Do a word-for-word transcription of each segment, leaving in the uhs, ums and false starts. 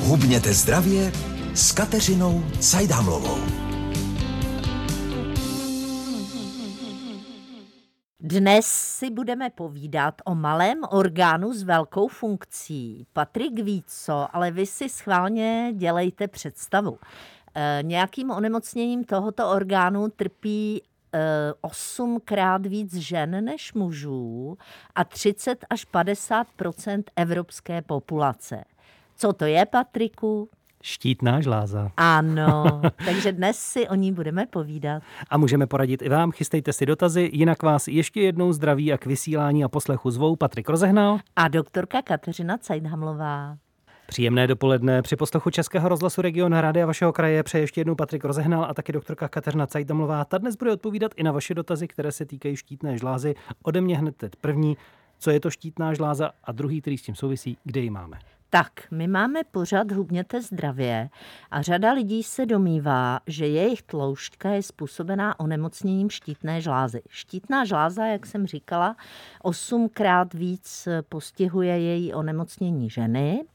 Hubněte zdravě s Kateřinou Cajdhamlovou. Dnes si budeme povídat o malém orgánu s velkou funkcí. Patrik ví co, ale vy si schválně dělejte představu. E, nějakým onemocněním tohoto orgánu trpí e, osmkrát víc žen než mužů a třicet až padesát procent evropské populace. Co to je, Patriku? Štítná žláza. Ano, takže dnes si o ní budeme povídat. A můžeme poradit i vám, chystejte si dotazy, jinak vás ještě jednou zdraví a k vysílání a poslechu zvou Patrik Rozehnal a doktorka Kateřina Cajdhamlová. Příjemné dopoledne. Při poslechu Českého rozhlasu Region Rádia vašeho kraje přeje ještě jednou Patrik Rozehnal a taky doktorka Kateřina Cajdhamlová. Ta dnes bude odpovídat i na vaše dotazy, které se týkají štítné žlázy. Ode mě hned teď první, co je to štítná žláza, a druhý, který s tím souvisí, kde ji máme. Tak, my máme pořad Hubněte zdravě a řada lidí se domnívá, že jejich tloušťka je způsobená onemocněním štítné žlázy. Štítná žláza, jak jsem říkala, osmkrát víc postihuje její onemocnění ženy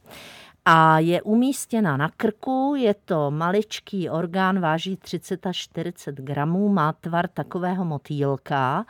a je umístěna na krku, je to maličký orgán, váží třicet až čtyřicet gramů, má tvar takového motýlka,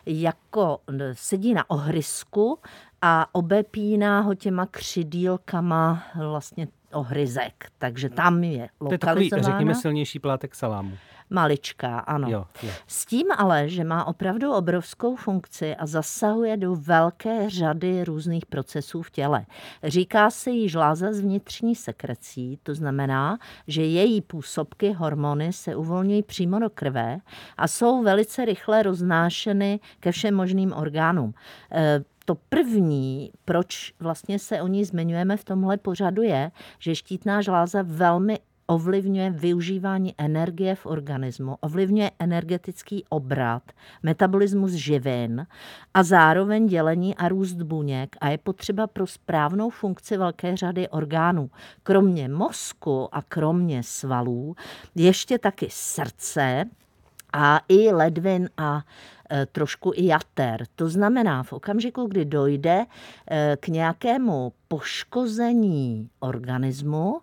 jako sedí na ohrysku a obepíná ho těma křidílkama vlastně ohryzek, takže tam je lokalizována. To je takový, řekněme, silnější plátek salámu. Maličká, ano. Jo, jo. S tím ale, že má opravdu obrovskou funkci a zasahuje do velké řady různých procesů v těle. Říká se jí žláza s vnitřní sekrecí, to znamená, že její působky, hormony se uvolňují přímo do krve a jsou velice rychle roznášeny ke všem možným orgánům. E, To první, proč vlastně se o ní zmiňujeme v tomhle pořadu, je, že štítná žláza velmi ovlivňuje využívání energie v organismu, ovlivňuje energetický obrat, metabolismus živin a zároveň dělení a růst buněk a je potřeba pro správnou funkci velké řady orgánů. Kromě mozku a kromě svalů ještě taky srdce a i ledvin a e, trošku i jater. To znamená, v okamžiku, kdy dojde e, k nějakému poškození organismu,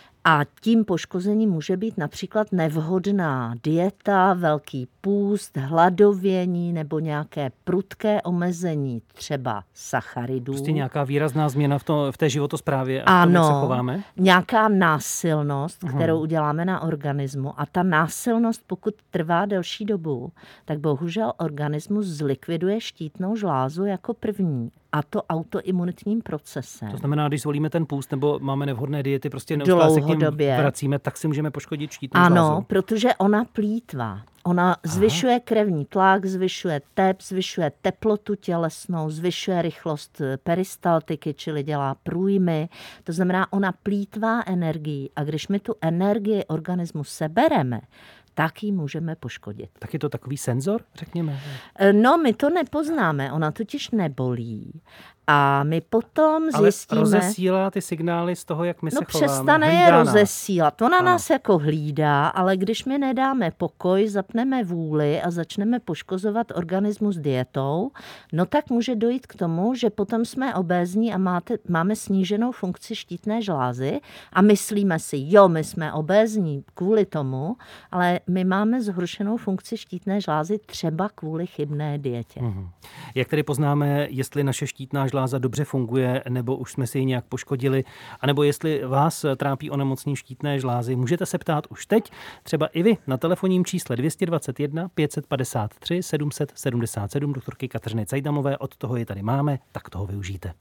a tím poškozením může být například nevhodná dieta, velký půst, hladovění nebo nějaké prudké omezení třeba sacharidů. Prostě nějaká výrazná změna v, to, v té životosprávě a v ano, tom, jak se chováme? Nějaká násilnost, Uhum. kterou uděláme na organismu. A ta násilnost, pokud trvá delší dobu, tak bohužel organismus zlikviduje štítnou žlázu jako první. A to autoimunitním procesem. To znamená, když zvolíme ten půst nebo máme nevhodné diety, prostě neustále se k ním vracíme, tak si můžeme poškodit štítnou žlázu. Ano, protože ona plýtvá. Ona zvyšuje krevní tlak, zvyšuje tep, zvyšuje teplotu tělesnou, zvyšuje rychlost peristaltiky, čili dělá průjmy. To znamená, ona plýtvá energii a když my tu energii organismu sebereme, tak ji můžeme poškodit. Tak je to takový senzor, řekněme? No, my to nepoznáme, ona totiž nebolí. A my potom ale zjistíme... Ale rozesílá ty signály z toho, jak my no, se chováme. No přestane je rozesílat. Ona ano. nás jako hlídá, ale když my nedáme pokoj, zapneme vůli a začneme poškozovat organismus dietou, no tak může dojít k tomu, že potom jsme obézní a máte, máme sníženou funkci štítné žlázy a myslíme si, jo, my jsme obézní kvůli tomu, ale my máme zhoršenou funkci štítné žlázy třeba kvůli chybné dietě. Mhm. Jak tedy poznáme, jestli naše štítná žláza dobře funguje, nebo už jsme si ji nějak poškodili, anebo jestli vás trápí onemocnění štítné žlázy, můžete se ptát už teď, třeba i vy na telefonním čísle dvě stě dvacet jedna pět set padesát tři sedm set sedmdesát sedm doktorky Kateřiny Cajdhamlové, od toho je tady máme, tak toho využijte.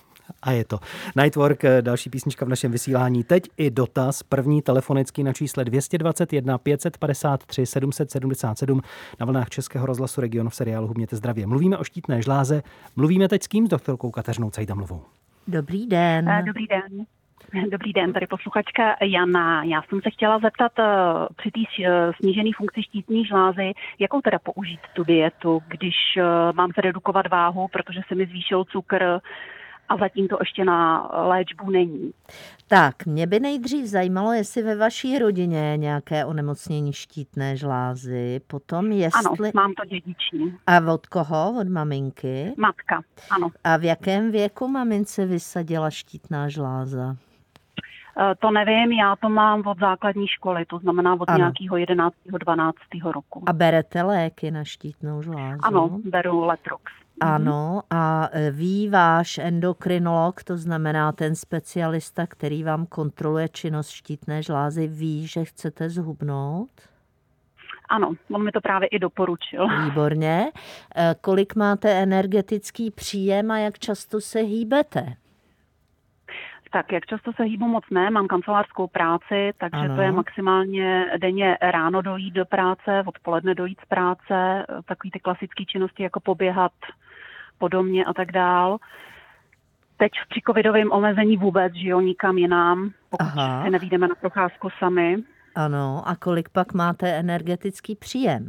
A je to Nightwork, další písnička v našem vysílání. Teď i dotaz, první telefonický na čísle dvě stě dvacet jedna pět set padesát tři sedm set sedmdesát sedm na vlnách Českého rozhlasu Region v seriálu Hubněte zdravě. Mluvíme o štítné žláze, mluvíme teď s kým? S doktorkou Kateřinou Cajdhamlovou. Dobrý den. Dobrý den. Dobrý den, tady posluchačka Jana. Já jsem se chtěla zeptat při té snížené funkci štítní žlázy, jakou teda použít tu dietu, když mám zredukovat váhu, protože se mi zvýšil cukr, a zatím to ještě na léčbu není. Tak, mě by nejdřív zajímalo, jestli ve vaší rodině je nějaké onemocnění štítné žlázy, potom jestli... Ano, mám to dědičný. A od koho? Od maminky? Matka, ano. A v jakém věku mamince vysadila štítná žláza? To nevím, já to mám od základní školy, to znamená od ano. nějakého jedenáctého dvanáctého roku. A berete léky na štítnou žlázu? Ano, beru Letrox. Ano, a ví váš endokrinolog, to znamená ten specialista, který vám kontroluje činnost štítné žlázy, ví, že chcete zhubnout? Ano, on mi to právě i doporučil. Výborně. Kolik máte energetický příjem a jak často se hýbete? Tak, jak často se hýbu moc ne, mám kancelářskou práci, takže ano. to je maximálně denně ráno dojít do práce, odpoledne dojít z práce, takový ty klasické činnosti jako poběhat po domě a tak dál. Teď při covidovém omezení vůbec, že jo, nikam jinam, pokud Aha. si nevyjdeme na procházku sami. Ano, a kolik pak máte energetický příjem?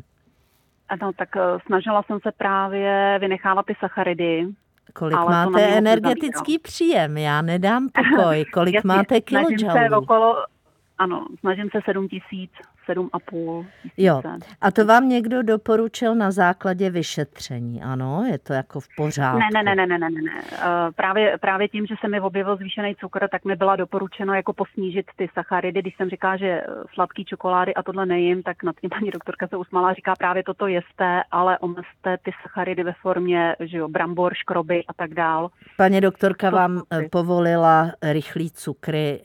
No, tak snažila jsem se právě vynechávat ty sacharidy. Kolik máte energetický příjem? Já nedám pokoj. Kolik Jasně, máte kilojoulů? Okolo, ano, snažím se sedm tisíc, sedm a půl tisíce. Jo, a to vám někdo doporučil na základě vyšetření, ano? Je to jako v pořádku? Ne, ne, ne, ne, ne, ne, ne. Právě, právě tím, že se mi objevil zvýšený cukr, tak mi byla doporučeno jako posnížit ty sacharidy. Když jsem říkala, že sladký čokolády a tohle nejím, tak nad tím paní doktorka se usmála a říká, právě toto jeste, ale omezte ty sacharidy ve formě, že jo, brambor, škroby a tak dál. Paní doktorka to vám cukry. Povolila rychlý cukry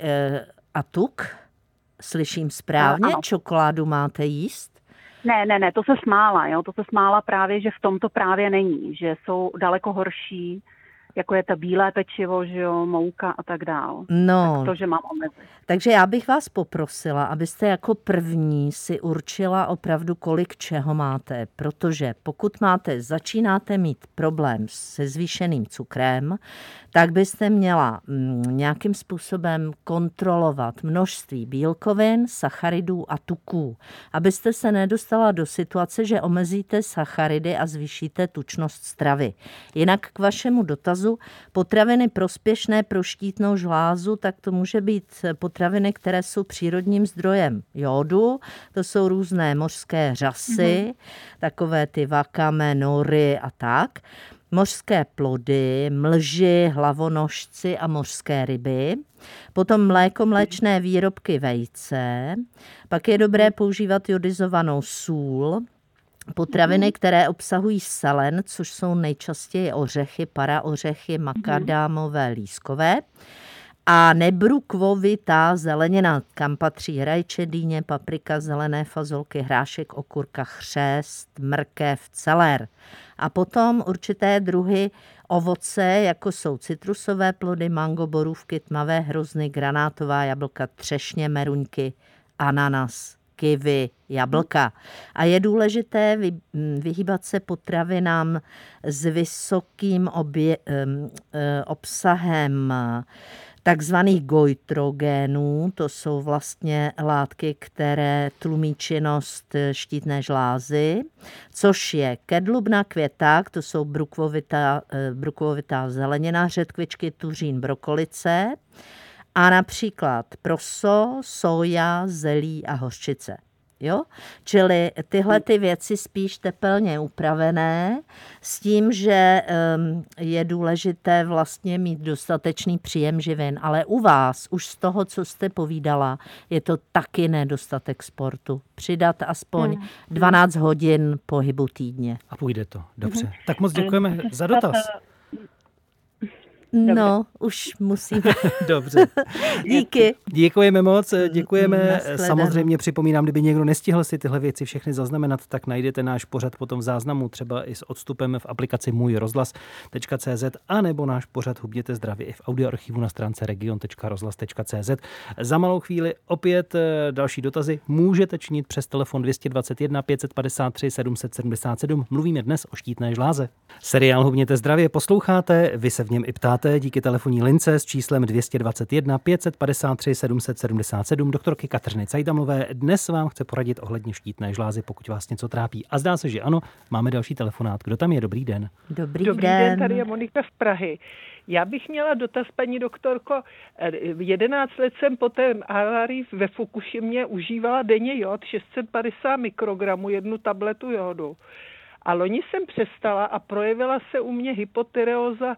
a tuk? Slyším správně? Ano. Čokoládu máte jíst? Ne, ne, ne, to se smála, jo, to se smála právě, že v tom to právě není, že jsou daleko horší, jako je to bílé pečivo, že jo, mouka a tak dál. No, tak to, že mám omezit. Takže já bych vás poprosila, abyste jako první si určila opravdu, kolik čeho máte, protože pokud máte, začínáte mít problém se zvýšeným cukrem, tak byste měla mm, nějakým způsobem kontrolovat množství bílkovin, sacharidů a tuků, abyste se nedostala do situace, že omezíte sacharidy a zvýšíte tučnost stravy. Jinak k vašemu dotazu, potraviny prospěšné pro štítnou žlázu, tak to může být potraviny, které jsou přírodním zdrojem jódu, to jsou různé mořské řasy, mm-hmm. takové ty wakame, nori a tak. Mořské plody, mlži, hlavonožci a mořské ryby. Potom mléko, mléčné výrobky, vejce. Pak je dobré používat jodizovanou sůl. Potraviny, které obsahují selen, což jsou nejčastěji ořechy, paraořechy, makadámové, lískové. A nebrukvovitá zelenina, kam patří rajče, dýně, paprika, zelené fazolky, hrášek, okurka, chřest, mrkev, celer. A potom určité druhy ovoce, jako jsou citrusové plody, mango, borůvky, tmavé hrozny, granátová jablka, třešně, meruňky, ananas, kiwi, jablka. A je důležité vy, vyhýbat se potravinám s vysokým obje, obsahem takzvaných goitrogenů, to jsou vlastně látky, které tlumí činnost štítné žlázy, což je kedlubna, květák, to jsou brukvovitá, brukvovitá zelenina, řetkvičky, tuřín, brokolice a například proso, soja, zelí a hořčice. Jo? Čili tyhle ty věci spíš tepelně upravené s tím, že um, je důležité vlastně mít dostatečný příjem živin. Ale u vás, už z toho, co jste povídala, je to taky nedostatek sportu. Přidat aspoň hmm. dvanáct hodin pohybu týdně. A půjde to, dobře. Hmm. Tak moc děkujeme hmm. za dotaz. No, Dobře. už musím. Dobře. Díky. Děkujeme moc, děkujeme. Samozřejmě připomínám, kdyby někdo nestihl si tyhle věci všechny zaznamenat, tak najdete náš pořad potom v záznamu, třeba i s odstupem v aplikaci můj rozhlas tečka cé zet a nebo náš pořad Hubněte zdravě i v audioarchivu na stránce region tečka rozhlas tečka cé zet. Za malou chvíli opět další dotazy můžete činit přes telefon dvě stě dvacet jedna pět set padesát tři sedm set sedmdesát sedm. Mluvíme dnes o štítné žláze. Seriál Hubněte zdravě posloucháte, vy se v něm i ptáte díky telefonní lince s číslem dvě stě dvacet jedna pět set padesát tři sedm set sedmdesát sedm doktorky Kateřiny Cajdamlové. Dnes vám chce poradit ohledně štítné žlázy, pokud vás něco trápí. A zdá se, že ano, máme další telefonát. Kdo tam je? Dobrý den. Dobrý, Dobrý den. den, tady je Monika z Prahy. Já bych měla dotaz, paní doktorko. jedenáct let jsem po té havárii ve Fukušimě užívala denně jod, šest set padesát mikrogramů, jednu tabletu jodu. A loni jsem přestala a projevila se u mě hypotyreóza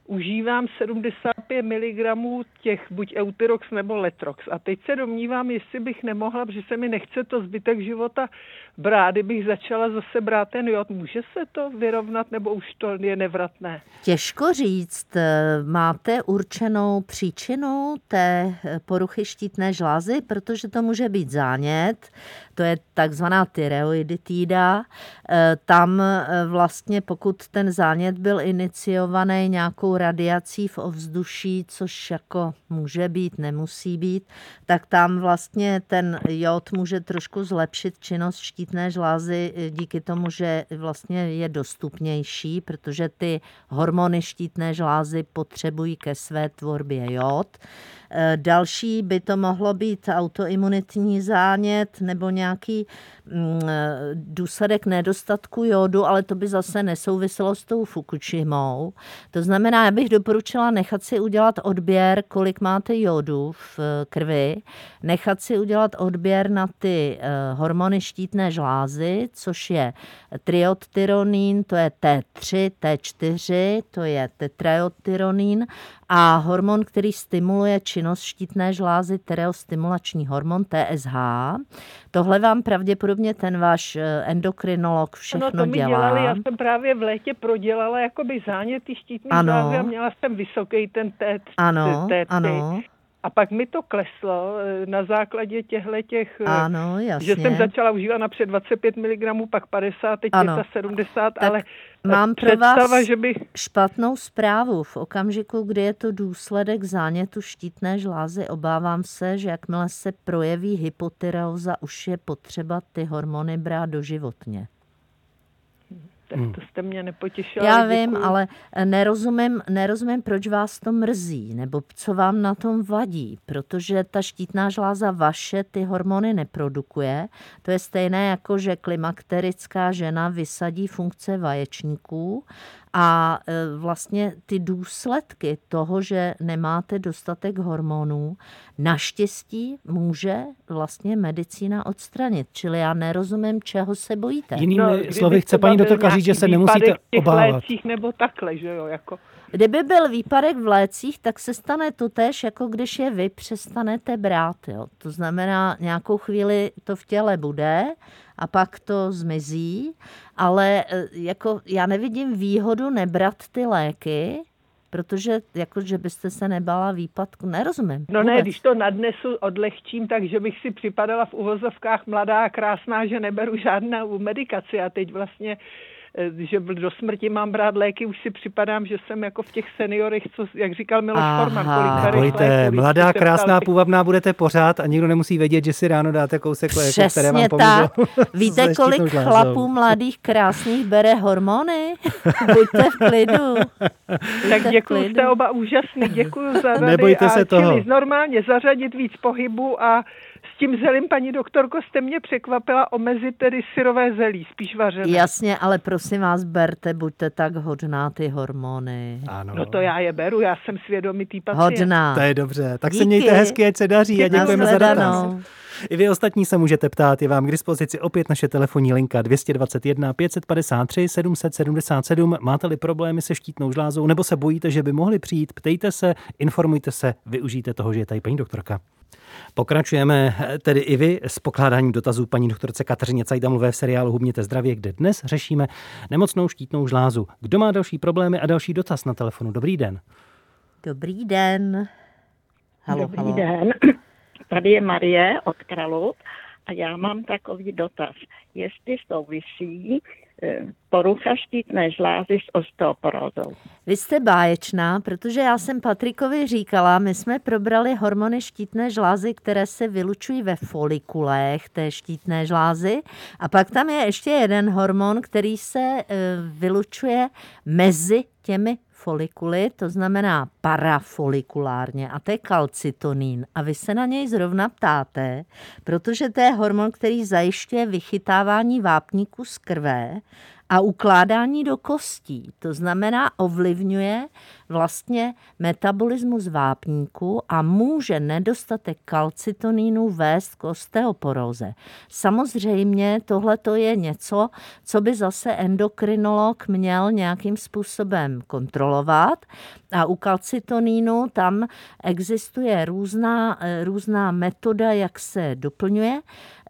užívám sedmdesát pět miligramů těch buď Euthyrox nebo Letrox. A teď se domnívám, jestli bych nemohla, protože se mi nechce to zbytek života brát, kdybych začala zase brát ten jod. Může se to vyrovnat, nebo už to je nevratné? Těžko říct. Máte určenou příčinu té poruchy štítné žlázy, protože to může být zánět, to je takzvaná tyreoiditída. Tam vlastně, pokud ten zánět byl iniciovaný nějakou radiací v ovzduší, což jako může být, nemusí být, tak tam vlastně ten jod může trošku zlepšit činnost štítné žlázy díky tomu, že vlastně je dostupnější, protože ty hormony štítné žlázy potřebují ke své tvorbě jod. Další by to mohlo být autoimunitní zánět nebo nějaký mm, důsledek nedostatku jodu, ale to by zase nesouviselo s tou Fukushimou. To znamená, já bych doporučila nechat si udělat odběr, kolik máte jodu v krvi, nechat si udělat odběr na ty uh, hormony štítné žlázy, což je triodtyronín, to je T tři, T čtyři, to je tetraodtyronín a hormon, který stimuluje činnost štítné žlázy, tyreostimulační hormon T S H. Tohle vám pravděpodobně ten váš endokrinolog všechno ano, to mi dělá. Dělali, já jsem právě v létě prodělala jakoby záněty štítné žlázy a měla jsem vysoký ten T tři. Ano, T tři. ano. A pak mi to kleslo na základě těchto těch, ano, jasně. Že jsem začala užívat napřed dvacet pět miligramů, pak padesát, teď ano. sedmdesát, tak ale mám pro představa, vás že by... špatnou zprávu. V okamžiku, kdy je to důsledek zánětu štítné žlázy, obávám se, že jakmile se projeví hypotyreóza, už je potřeba ty hormony brát doživotně. Tak to jste mě nepotěšila. Já děkuju. vím, ale nerozumím, nerozumím, proč vás to mrzí, nebo co vám na tom vadí, protože ta štítná žláza vaše ty hormony neprodukuje. To je stejné jako, že klimakterická žena vysadí funkce vaječníků a vlastně ty důsledky toho, že nemáte dostatek hormonů, naštěstí může vlastně medicína odstranit. Čili já nerozumím, čeho se bojíte. Jinými no, slovy chce paní doktorka říct, že se nemusíte obávat. Lécích nebo takhle, že jo, jako... Kdyby byl výpadek v lécích, tak se stane totéž, jako když je vy přestanete brát. Jo. To znamená, nějakou chvíli to v těle bude a pak to zmizí, ale jako já nevidím výhodu nebrat ty léky, protože jako, že byste se nebala výpadku, nerozumím. No vůbec. Ne, když to nadnesu, odlehčím, takže bych si připadala v uvozovkách mladá a krásná, že neberu žádnou medikaci a teď vlastně že do smrti mám brát léky, už si připadám, že jsem jako v těch seniorech, co, jak říkal Miloš Forman. Nebojte, mladá, krásná, půvabná budete pořád a nikdo nemusí vědět, že si ráno dáte kousek léku, které vám pomůžou. Víte, kolik chlapů mladých krásných bere hormony? Buďte v klidu. Buďte tak děkuji, jste oba úžasný, děkuji za rady. Nebojte se a toho. Normálně zařadit víc pohybu a s tím zelím, paní doktorko, jste mě překvapila, omezit tedy syrové zelí, spíš vařené. Jasně, ale prosím vás, berte, buďte tak hodná ty hormony. Ano. No to já je beru, já jsem svědomitý pacient. Hodná. To je dobře. Tak Díky. se mějte hezky, ať se daří a děkujeme za dotaz. I vy ostatní se můžete ptát, je vám k dispozici opět naše telefonní linka dvě dvacet jedna pět set padesát tři sedm set sedmdesát sedm. Máte-li problémy se štítnou žlázou nebo se bojíte, že by mohli přijít, ptejte se, informujte se, využijte toho, že je tady paní doktorka. Pokračujeme tedy i vy s pokládáním dotazů paní doktorce Kateřině Cajdamlové v seriálu Hubněte zdravě, kde dnes řešíme nemocnou štítnou žlázu. Kdo má další problémy a další dotaz na telefonu? Dobrý den. Dobrý den. Halo, Dobrý halo. den. Tady je Marie od Kralov a já mám takový dotaz. Jestli souvisí porucha štítné žlázy s osteoporózou. Vy jste báječná, protože já jsem Patrikovi říkala, my jsme probrali hormony štítné žlázy, které se vylučují ve folikulech té štítné žlázy a pak tam je ještě jeden hormon, který se vylučuje mezi těmi folikuly, to znamená parafolikulárně, a to je kalcitonín. A vy se na něj zrovna ptáte, protože to je hormon, který zajišťuje vychytávání vápníku z krve a ukládání do kostí. To znamená, ovlivňuje vlastně metabolismus vápníku a může nedostatek kalcitonínu vést k osteoporóze. Samozřejmě tohle to je něco, co by zase endokrinolog měl nějakým způsobem kontrolovat a u kalcitonínu tam existuje různá, různá metoda, jak se doplňuje.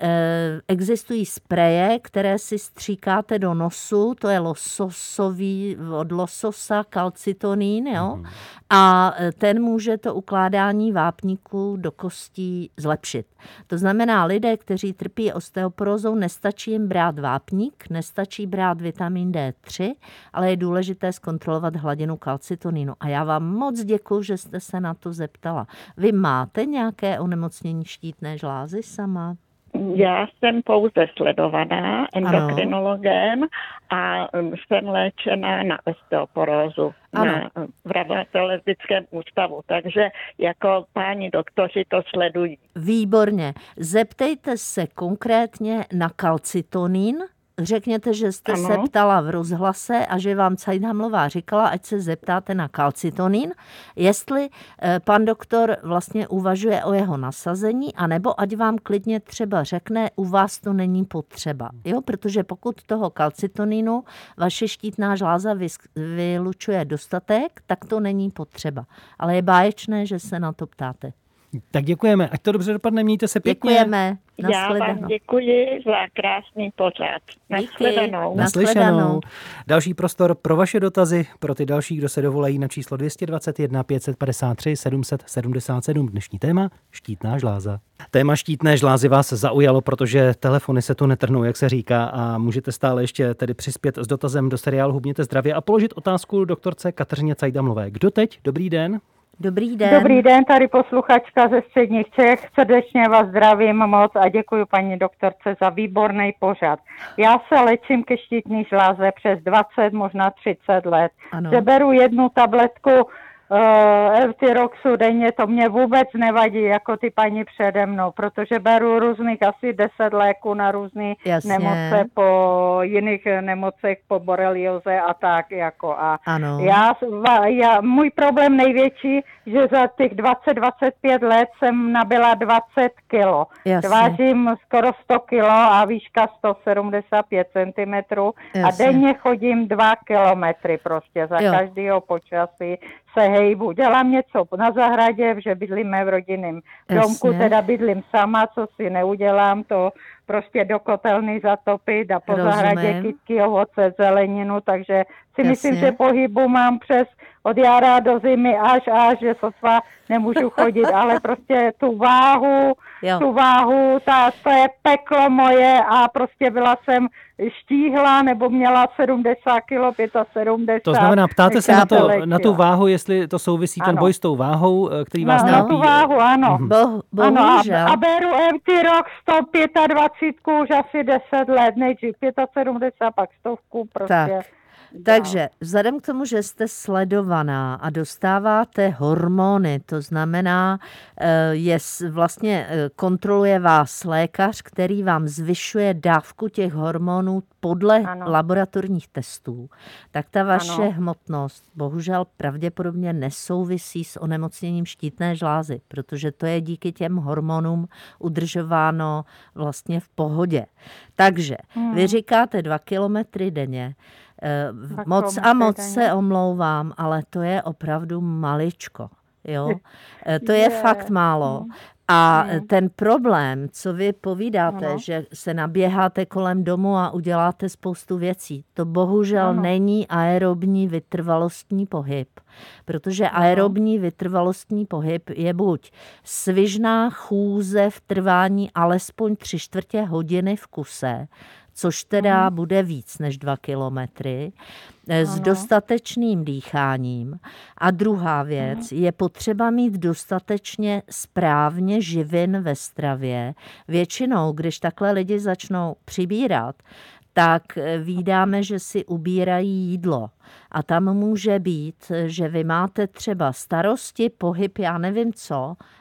Existují spreje, které si stříkáte do nosu, to je lososový, od lososa kalcitonín, jo? Mm. A ten může to ukládání vápníku do kostí zlepšit. To znamená, lidé, kteří trpí osteoporózou, nestačí jim brát vápník, nestačí brát vitamin D tři, ale je důležité zkontrolovat hladinu kalcitonínu. A já vám moc děkuju, že jste se na to zeptala. Vy máte nějaké onemocnění štítné žlázy sama? Já jsem pouze sledovaná endokrinologem a jsem léčená na osteoporózu na, v revmatologickém ústavu, takže jako páni doktoři to sledují. Výborně. Zeptejte se konkrétně na kalcitonín. Řekněte, že jste ano. se ptala v rozhlase a že vám Cajdhamlová říkala, ať se zeptáte na kalcitonín, jestli pan doktor vlastně uvažuje o jeho nasazení, anebo ať vám klidně třeba řekne, u vás to není potřeba. Jo? Protože pokud toho kalcitonínu vaše štítná žláza vylučuje dostatek, tak to není potřeba. Ale je báječné, že se na to ptáte. Tak děkujeme, ať to dobře dopadne, mějte se pěkně. Děkujeme. Já vám děkuji za krásný pořad. Nasledanou. Naslyšenou. Další prostor pro vaše dotazy, pro ty další, kdo se dovolají na číslo dvě stě dvacet jedna pět set padesát tři sedm set sedmdesát sedm. Dnešní téma štítná žláza. Téma štítné žlázy vás zaujalo, protože telefony se tu netrhnou, jak se říká, a můžete stále ještě tedy přispět s dotazem do seriálu Hubněte zdravě a položit otázku doktorce Kateřině Cajdhamlové. Kdo teď? Dobrý den. Dobrý den. Dobrý den, tady posluchačka ze středních Čech. Srdečně vás zdravím moc a děkuji paní doktorce za výborný pořad. Já se léčím ke štítní žláze přes dvacet, možná třicet let. Že beru jednu tabletku uh, Eutiroxu denně, to mě vůbec nevadí, jako ty paní přede mnou, protože beru různých asi deset léků na různé nemoce, po jiných nemocech, po borelioze a tak jako. A ano. Já, já, můj problém největší, že za těch dvacet dvacet pět let jsem nabyla dvacet kilo. Jasně. Vážím skoro sto kilo a výška sto sedmdesát pět centimetrů a denně chodím dva kilometry prostě za jo. každého počasí se hejbu. Dělám něco na zahradě, že bydlíme v rodinném domku, teda bydlím sama, co si neudělám, to prostě do kotelny zatopit a po Rozumím. zahradě kytky, ovoce, zeleninu, takže si Jasně. myslím, že pohybu mám přes od jara do zimy až až, že sotva nemůžu chodit, ale prostě tu váhu, jo. tu váhu, ta, to je peklo moje a prostě byla jsem štíhla nebo měla sedmdesát kilo, sedmdesát pět. To znamená, ptáte se na, to, na tu váhu, jestli to souvisí ano. ten boj s tou váhou, který vás no, trápí. Na tu váhu, ano. Mhm. Bo, ano a, a beru Eutirox sto dvacet pět už asi deset let, nejdřív sedmdesát pět, pak stovku prostě. Tak. Takže vzhledem k tomu, že jste sledovaná a dostáváte hormony, to znamená, je vlastně kontroluje vás lékař, který vám zvyšuje dávku těch hormonů podle ano. laboratorních testů, tak ta vaše ano. hmotnost bohužel pravděpodobně nesouvisí s onemocněním štítné žlázy, protože to je díky těm hormonům udržováno vlastně v pohodě. Takže hmm. vy říkáte dva kilometry denně, Tak moc a moc se omlouvám, ale to je opravdu maličko. Jo? To je, je fakt málo. A je. ten problém, co vy povídáte, ano. že se naběháte kolem domu a uděláte spoustu věcí, to bohužel ano. není aerobní vytrvalostní pohyb. Protože ano. aerobní vytrvalostní pohyb je buď svižná chůze v trvání alespoň tři čtvrtě hodiny v kuse, což teda ano. bude víc než dva kilometry, s ano. dostatečným dýcháním. A druhá věc, ano. je potřeba mít dostatečně správně živin ve stravě. Většinou, když takhle lidi začnou přibírat, tak vídáme, že si ubírají jídlo. A tam může být, že vy máte třeba starosti, pohyb, já nevím co,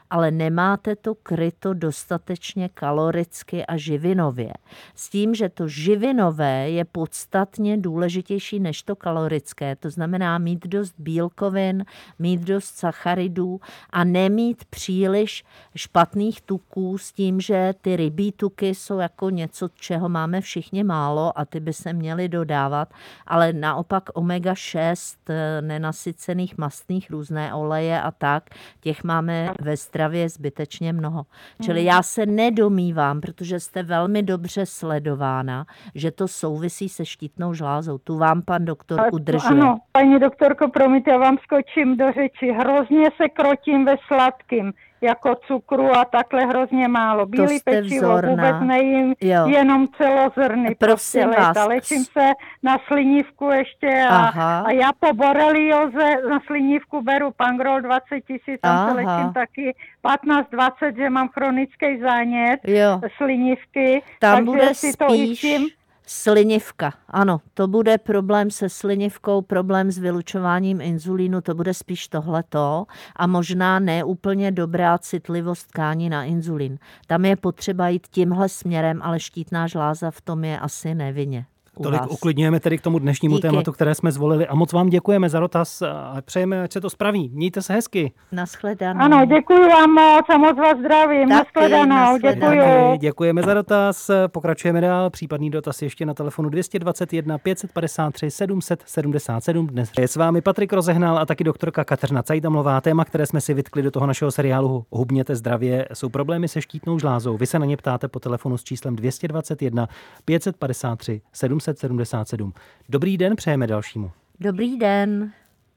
ale nemáte to kryto dostatečně kaloricky a živinově. S tím, že to živinové je podstatně důležitější než to kalorické, to znamená mít dost bílkovin, mít dost sacharidů a nemít příliš špatných tuků s tím, že ty rybí tuky jsou jako něco, čeho máme všichni málo a ty by se měly dodávat, ale naopak omega šest, nenasycených mastných, různé oleje a tak, těch máme ve stravě zbytečně mnoho. Čili já se nedomývám, protože jste velmi dobře sledována, že to souvisí se štítnou žlázou. Tu vám pan doktor udržuje. Ano, paní doktorko, promiňte, já vám skočím do řeči. Hrozně se krotím ve sladkým, jako cukru a takhle hrozně málo. Bílý pečivo vzorná. Vůbec nejím, Jo. jenom celozrny. Prosím prostě vás. léta. Léčím se na slinivku ještě a, a já po borelioze na slinivku beru Pangrol dvacet tisíc, tam se léčím taky patnáct dvacet, že mám chronický zánět Jo. slinivky. Tam bude si spíš to jistím. slinivka. Ano, to bude problém se slinivkou, problém s vylučováním inzulínu, to bude spíš tohleto a možná ne úplně dobrá citlivost tkání na inzulín. Tam je potřeba jít tímhle směrem, ale štítná žláza v tom je asi nevinně. Tolik uklidňujeme tedy k tomu dnešnímu Díky. tématu, které jsme zvolili a moc vám děkujeme za dotaz a přejeme, ať se to spraví. Mějte se hezky. Nashledanou. Ano, děkuji vám moc a moc vás zdravím. Nashledanou, nashledanou. děkuji. Děkujeme za dotaz. Pokračujeme dál. Případný dotaz ještě na telefonu dvě stě dvacet jedna pět set padesát tři sedm set sedmdesát sedm. Dnes je s vámi Patrik Rozehnal a taky doktorka Kateřina Cajdamlová. Téma, které jsme si vytkli do toho našeho seriálu Hubněte zdravě, jsou problémy se štítnou žlázou. Vy se na ně ptáte po telefonu s číslem dvě stě dvacet jedna pět set padesát tři sedm set sedmdesát sedm. Dobrý den, přejeme dalšímu. Dobrý den.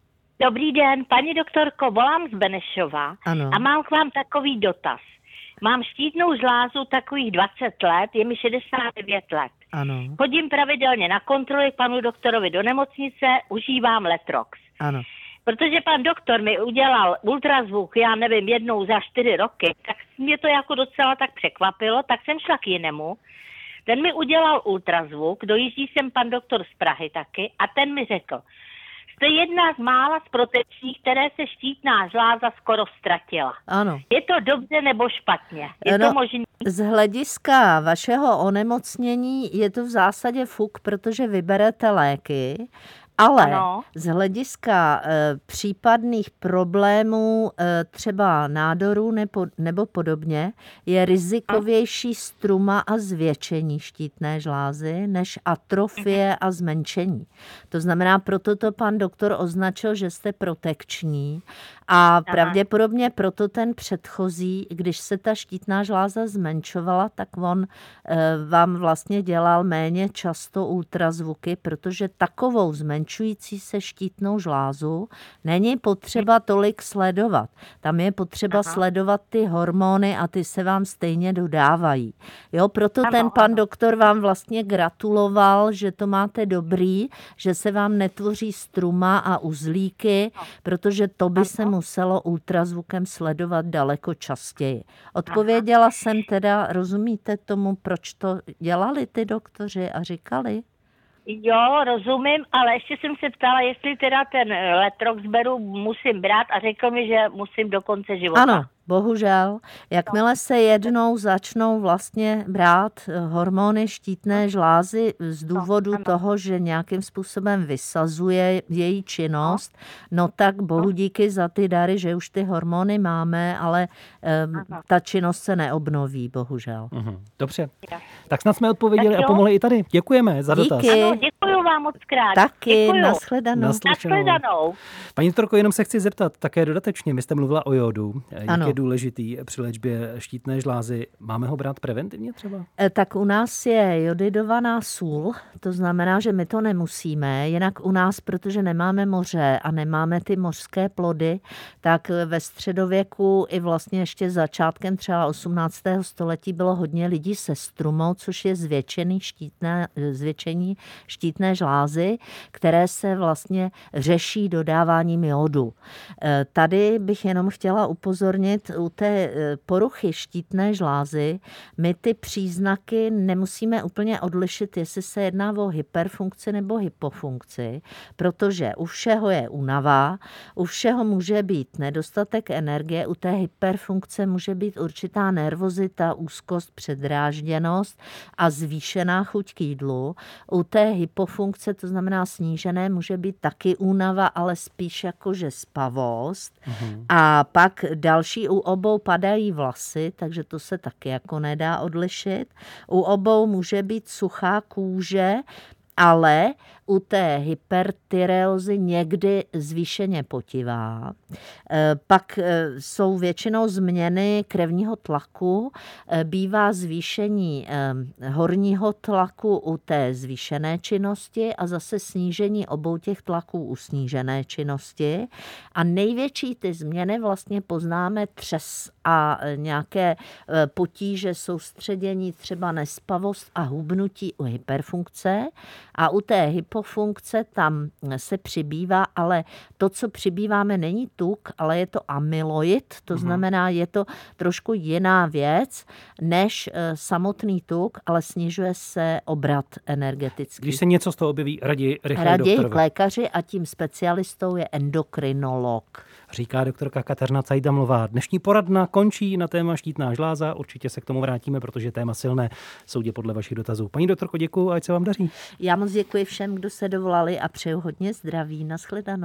Dobrý den, paní doktorko, volám z Benešova Ano. a mám k vám takový dotaz. Mám štítnou žlázu takových dvacet let, je mi šedesát devět let. Ano. Chodím pravidelně na kontroly k panu doktorovi do nemocnice, užívám Letrox. Ano. Protože pan doktor mi udělal ultrazvuk, já nevím, jednou za čtyři roky, tak mě to jako docela tak překvapilo, tak jsem šla k jinému. Ten mi udělal ultrazvuk, dojíždí sem pan doktor z Prahy taky a ten mi řekl, jste jedna z mála z protečních, které se štítná žláza skoro ztratila. Ano. Je to dobře nebo špatně? Je ano, to možné? Z hlediska vašeho onemocnění je to v zásadě fuk, protože vyberete léky, ale ano. Z hlediska e, případných problémů, e, třeba nádorů nebo, nebo podobně, je rizikovější struma a zvětšení štítné žlázy než atrofie a zmenšení. To znamená, proto to pan doktor označil, že jste protekční a Aha. pravděpodobně proto ten předchozí, když se ta štítná žláza zmenšovala, tak on e, vám vlastně dělal méně často ultrazvuky, protože takovou zmenšující se štítnou žlázu není potřeba tolik sledovat. Tam je potřeba Aha. sledovat ty hormony a ty se vám stejně dodávají. Jo, proto ano, ten pan ano. doktor vám vlastně gratuloval, že to máte dobrý, že se vám netvoří struma a uzlíky, ano. protože to by ano. se muselo ultrazvukem sledovat daleko častěji. Odpověděla Aha. jsem teda, rozumíte tomu, proč to dělali ty doktoři a říkali? Jo, rozumím, ale ještě jsem se ptala, jestli teda ten Letrox beru musím brát a řekl mi, že musím do konce života. Ano, bohužel. Jakmile se jednou začnou vlastně brát hormony štítné žlázy z důvodu no, toho, že nějakým způsobem vysazuje její činnost, no tak bohu díky za ty dary, že už ty hormony máme, ale um, ta činnost se neobnoví, bohužel. Uhum. Dobře. Tak snad jsme odpověděli a pomohli i tady. Děkujeme za dotaz. Díky. Ano, děkuju vám moc krát. Taky, děkuju. nashledanou. Nashledanou. Paní doktorko, jenom se chci zeptat, také dodatečně, vy jste mluvila o jodu. Jak ano. je důležitý při léčbě štítné žlázy? Máme ho brát preventivně třeba? Tak u nás je jodidovaná sůl, to znamená, že my to nemusíme, jinak u nás, protože nemáme moře a nemáme ty mořské plody, tak ve středověku i vlastně ještě začátkem třeba osmnáctého století bylo hodně lidí se strumou, což je zvětšený štítné, zvětšení štítné štítné žlázy, které se vlastně řeší dodáváním jodu. Tady bych jenom chtěla upozornit, u té poruchy štítné žlázy my ty příznaky nemusíme úplně odlišit, jestli se jedná o hyperfunkci nebo hypofunkci, protože u všeho je únava, u všeho může být nedostatek energie, u té hyperfunkce může být určitá nervozita, úzkost, předrážděnost a zvýšená chuť k jídlu. U té hypofunkce, to znamená snížené, může být taky únava, ale spíš jakože spavost. Mhm. A pak další, u obou padají vlasy, takže to se taky jako nedá odlišit. U obou může být suchá kůže, ale u té hypertyreózy někdy zvýšeně potivá. Pak jsou většinou změny krevního tlaku, bývá zvýšení horního tlaku u té zvýšené činnosti a zase snížení obou těch tlaků u snížené činnosti. A největší ty změny vlastně poznáme třes a nějaké potíže, soustředění, třeba nespavost a hubnutí u hyperfunkce. A u té hypofunkce tam se přibývá, ale to, co přibýváme, není tuk, ale je to amyloid, to znamená, je to trošku jiná věc než samotný tuk, ale snižuje se obrat energetický. Když se něco z toho objeví, raději rychle raději doktorovi. k lékaři a tím specialistou je endokrinolog. Říká doktorka Kateřina Cajdamlová. Dnešní poradna končí na téma štítná žláza. Určitě se k tomu vrátíme, protože téma silné. Soudě podle vašich dotazů. Paní doktorko, děkuju a ať se vám daří. Já moc děkuji všem, kdo se dovolali a přeju hodně zdraví. Nashledanou.